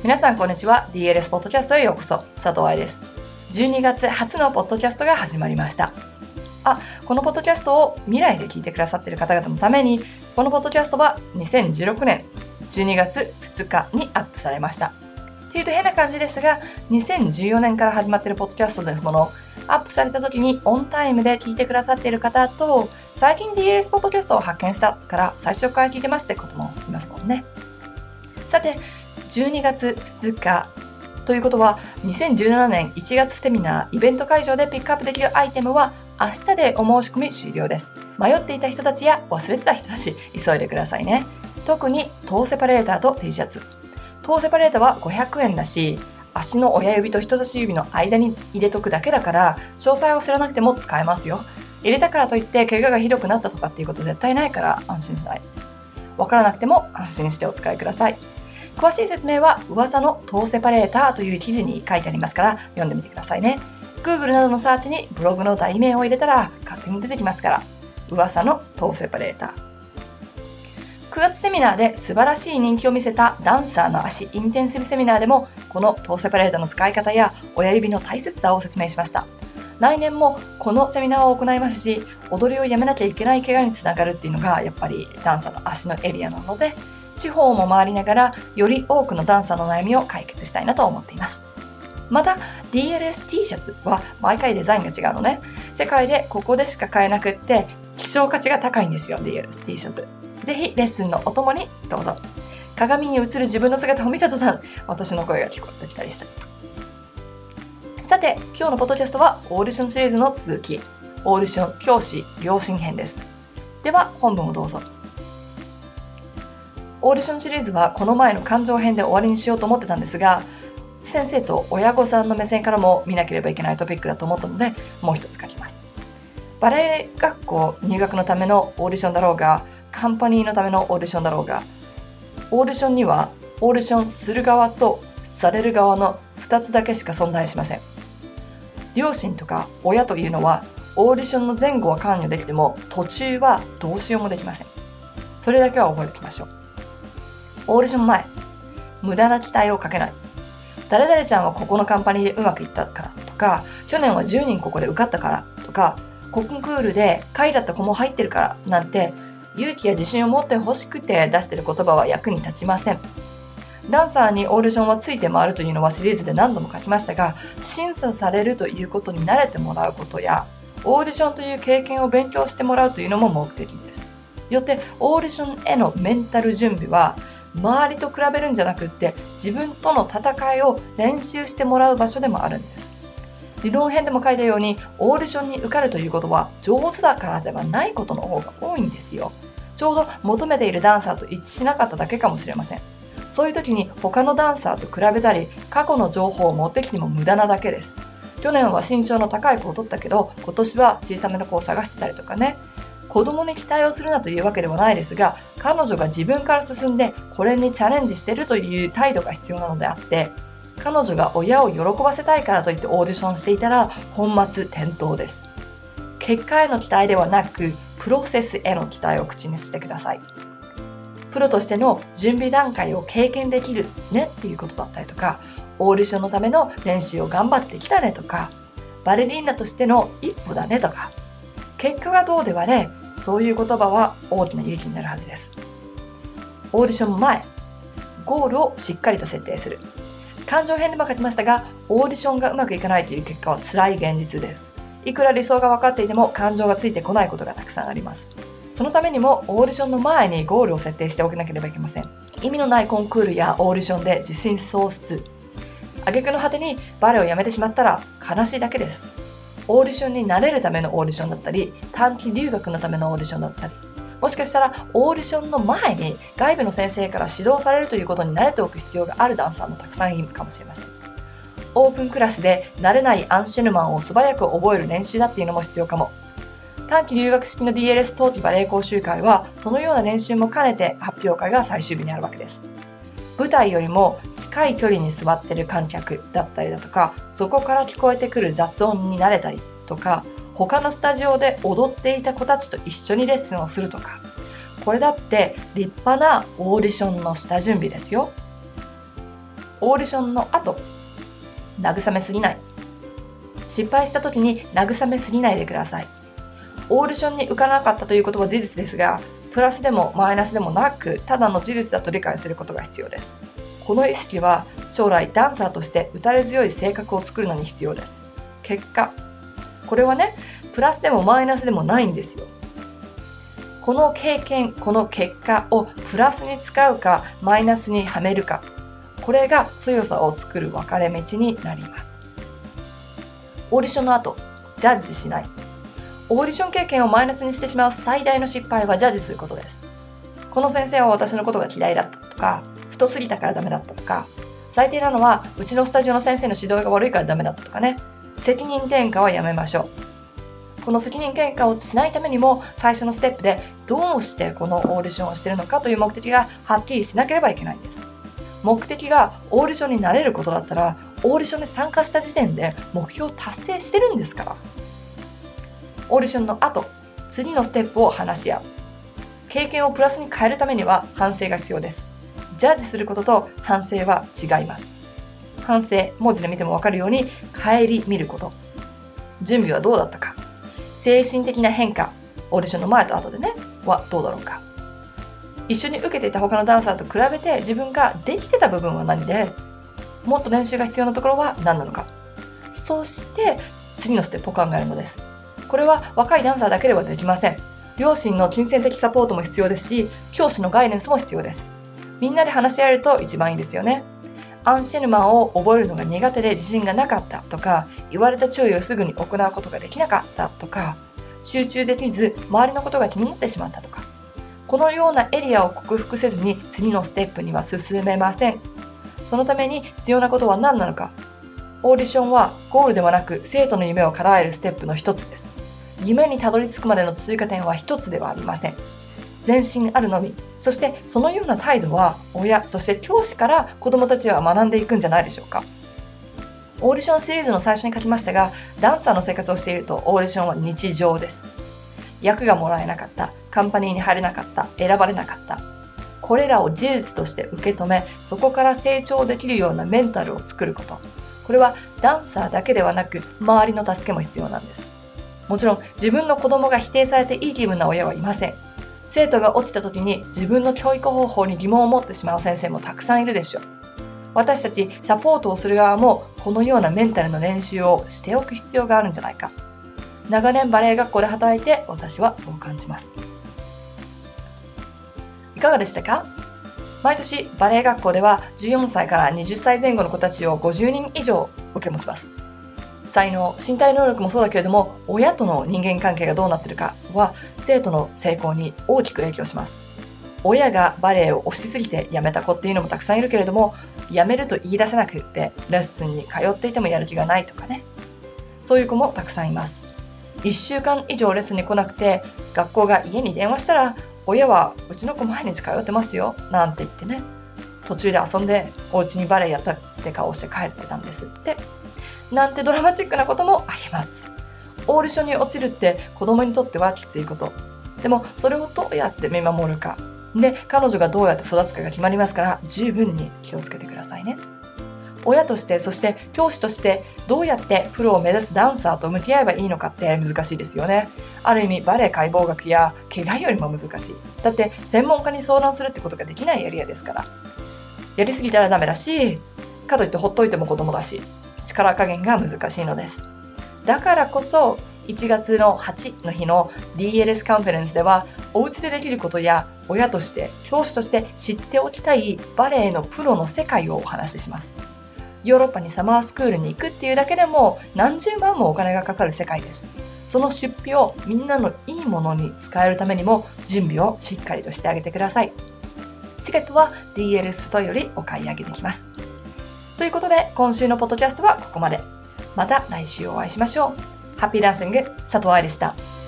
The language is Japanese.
皆さんこんにちは。 DLS ポッドキャストへようこそ。佐藤愛です。12月初のポッドキャストが始まりました。このポッドキャストを未来で聞いてくださっている方々のために、このポッドキャストは2016年12月2日にアップされました。っていうと変な感じですが、2014年から始まっているポッドキャストですもの、アップされた時にオンタイムで聞いてくださっている方と、最近 DLS ポッドキャストを発見したから最初から聞いてますってこともいますもんね。さて、12月2日ということは、2017年1月セミナーイベント会場でピックアップできるアイテムは明日でお申し込み終了です。迷っていた人たちや忘れてた人たち、急いでくださいね。特にトーセパレーターと T シャツ。トーセパレーターは500円だし、足の親指と人差し指の間に入れとくだけだから、詳細を知らなくても使えますよ。入れたからといって怪我がひどくなったとかっていうこと絶対ないから安心しない。わからなくても安心してお使いください。詳しい説明は噂のトーセパレーターという記事に書いてありますから読んでみてくださいね。Google などのサーチにブログの題名を入れたら勝手に出てきますから。噂のトーセパレーター。9月セミナーで素晴らしい人気を見せたダンサーの足インテンシブセミナーでもこのトーセパレーターの使い方や親指の大切さを説明しました。来年もこのセミナーを行いますし、踊りをやめなきゃいけない怪我につながるっていうのがやっぱりダンサーの足のエリアなので、地方も回りながらより多くのダンサーの悩みを解決したいなと思っています。また DLS T シャツは毎回デザインが違うのね。世界でここでしか買えなくって希少価値が高いんですよ。 DLS T シャツ、ぜひレッスンのお供にどうぞ。鏡に映る自分の姿を見た途端、私の声が聞こえてきたりした。さて、今日のポッドキャストはオーディションシリーズの続き、オーディション教師良心編です。では本文をどうぞ。オーディションシリーズはこの前の感情編で終わりにしようと思ってたんですが、先生と親御さんの目線からも見なければいけないトピックだと思ったので、もう一つ書きます。バレエ学校入学のためのオーディションだろうが、カンパニーのためのオーディションだろうが、オーディションにはオーディションする側とされる側の2つだけしか存在しません。両親とか親というのはオーディションの前後は関与できても途中はどうしようもできません。それだけは覚えておきましょう。オーディション前、無駄な期待をかけない。誰々ちゃんはここのカンパニーでうまくいったからとか、去年は10人ここで受かったからとか、コンクールで下位だった子も入ってるからなんて、勇気や自信を持ってほしくて出している言葉は役に立ちません。ダンサーにオーディションはついて回るというのはシリーズで何度も書きましたが、審査されるということに慣れてもらうことや、オーディションという経験を勉強してもらうというのも目的です。よってオーディションへのメンタル準備は周りと比べるんじゃなくって自分との戦いを練習してもらう場所でもあるんです。理論編でも書いたように、オーディションに受かるということは上手だからではないことの方が多いんですよ。ちょうど求めているダンサーと一致しなかっただけかもしれません。そういう時に他のダンサーと比べたり過去の情報を持ってきても無駄なだけです。去年は身長の高い子を取ったけど今年は小さめの子を探してたりとかね。子供に期待をするなというわけではないですが、彼女が自分から進んでこれにチャレンジしているという態度が必要なのであって、彼女が親を喜ばせたいからといってオーディションしていたら本末転倒です。結果への期待ではなくプロセスへの期待を口にしてください。プロとしての準備段階を経験できるねっていうことだったりとか、オーディションのための練習を頑張ってきたねとか、バレリーナとしての一歩だねとか、結果がどうではね、そういう言葉は大きな勇気になるはずです。オーディション前、ゴールをしっかりと設定する。感情編でも書きましたが、オーディションがうまくいかないという結果は辛い現実です。いくら理想が分かっていても感情がついてこないことがたくさんあります。そのためにもオーディションの前にゴールを設定しておかなければいけません。意味のないコンクールやオーディションで自信喪失。挙句の果てにバレエをやめてしまったら悲しいだけです。オーディションに慣れるためのオーディションだったり、短期留学のためのオーディションだったり、もしかしたらオーディションの前に外部の先生から指導されるということに慣れておく必要があるダンサーもたくさんいるかもしれません。オープンクラスで慣れないアンシェヌマンを素早く覚える練習だっていうのも必要かも。短期留学式の DLS 冬季バレエ講習会はそのような練習も兼ねて発表会が最終日にあるわけです。舞台よりも近い距離に座っている観客だったりだとか、そこから聞こえてくる雑音に慣れたりとか、他のスタジオで踊っていた子たちと一緒にレッスンをするとか、これだって立派なオーディションの下準備ですよ。 オーディションの後、慰めすぎない。失敗した時に慰めすぎないでください。オーディションに受からなかったということは事実ですが、プラスでもマイナスでもなく、ただの事実だと理解することが必要です。この意識は将来ダンサーとして打たれ強い性格を作るのに必要です。結果、これはね、プラスでもマイナスでもないんですよ。この経験、この結果をプラスに使うかマイナスにはめるか、これが強さを作る分かれ道になります。オーディションの後、ジャッジしない。オーディション経験をマイナスにしてしまう最大の失敗はジャッジすることです。この先生は私のことが嫌いだったとか、太すぎたからダメだったとか、最低なのはうちのスタジオの先生の指導が悪いからダメだったとかね、責任転嫁はやめましょう。この責任転嫁をしないためにも、最初のステップでどうしてこのオーディションをしているのかという目的がはっきりしなければいけないんです。目的がオーディションになれることだったら、オーディションに参加した時点で目標を達成してるんですから。オーディションの後、次のステップを話し合う。経験をプラスに変えるためには反省が必要です。ジャッジすることと反省は違います。反省、文字で見てもわかるように顧みること。準備はどうだったか。精神的な変化、オーディションの前と後でね、はどうだろうか。一緒に受けていた他のダンサーと比べて自分ができてた部分は何で、もっと練習が必要なところは何なのか。そして次のステップを考えるのです。これは若いダンサーだけではできません。両親の金銭的サポートも必要ですし、教師のガイデンスも必要です。みんなで話し合えると一番いいですよね。アンシェヌマンを覚えるのが苦手で自信がなかったとか、言われた注意をすぐに行うことができなかったとか、集中できず周りのことが気になってしまったとか、このようなエリアを克服せずに次のステップには進めません。そのために必要なことは何なのか。オーディションはゴールではなく生徒の夢を叶えるステップの一つです。夢にたどり着くまでの追加点は一つではありません。前進あるのみ。そしてそのような態度は親、そして教師から子どもたちは学んでいくんじゃないでしょうか。オーディションシリーズの最初に書きましたが、ダンサーの生活をしているとオーディションは日常です。役がもらえなかった、カンパニーに入れなかった、選ばれなかった。これらを事実として受け止め、そこから成長できるようなメンタルを作ること。これはダンサーだけではなく、周りの助けも必要なんです。もちろん自分の子供が否定されていい気分な親はいません。生徒が落ちた時に自分の教育方法に疑問を持ってしまう先生もたくさんいるでしょう。私たちサポートをする側もこのようなメンタルの練習をしておく必要があるんじゃないか。長年バレエ学校で働いて私はそう感じます。いかがでしたか？毎年バレエ学校では14歳から20歳前後の子たちを50人以上受け持ちます。才能、身体能力もそうだけれども、親との人間関係がどうなっているかは生徒の成功に大きく影響します。親がバレエを推しすぎて辞めた子っていうのもたくさんいるけれども、辞めると言い出せなくってレッスンに通っていてもやる気がないとかね、そういう子もたくさんいます。1週間以上レッスンに来なくて、学校が家に電話したら、親はうちの子毎日通ってますよなんて言ってね、途中で遊んでお家にバレエやったって顔して帰ってたんですって、なんてドラマチックなこともあります。オーディションに落ちるって子供にとってはきついこと。でもそれをどうやって見守るか。で、彼女がどうやって育つかが決まりますから、十分に気をつけてくださいね。親として、そして教師としてどうやってプロを目指すダンサーと向き合えばいいのかって難しいですよね。ある意味バレエ解剖学や怪我よりも難しい。だって専門家に相談するってことができないエリアですから。やりすぎたらダメだし、かといってほっといても子供だし、力加減が難しいのです。だからこそ1月の8の日の DLS カンファレンスでは、お家でできることや親として教師として知っておきたいバレエのプロの世界をお話しします。ヨーロッパにサマースクールに行くっていうだけでも何十万もお金がかかる世界です。その出費をみんなのいいものに使えるためにも準備をしっかりとしてあげてください。チケットは DL ストよりお買い上げできます。ということで今週のポッドキャストはここまで。また来週お会いしましょう。ハッピーダンシング佐藤愛でした。